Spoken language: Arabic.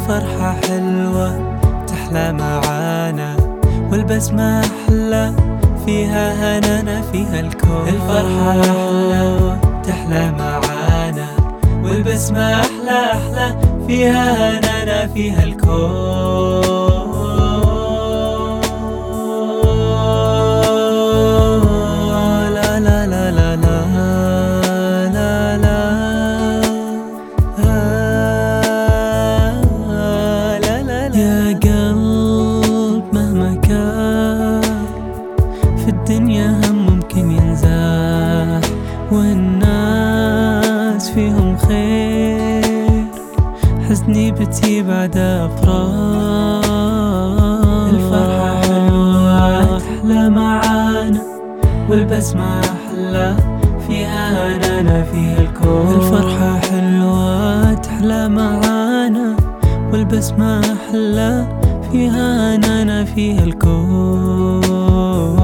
الفرحة حلوة تحلى معانا، والبسمة أحلى فيها هنانا فيها الكون. الفرحة أحلى تحلى معانا، والبسمة أحلى فيها هنانا فيها الكون. لا لا لا لا لا لا لا لا لا لا. يا قلب مهما كان في الدنيا هم ممكن ينزاح، والناس فيهم خير، حزني بتي بعد أفراح. الفرحة حلوة تحلى معانا، والبسمة أحلى فيها هنانا فيها الكون. الفرحة حلوة تحلى معانا، والبسمة أحلى فيها هنانا فيها الكون.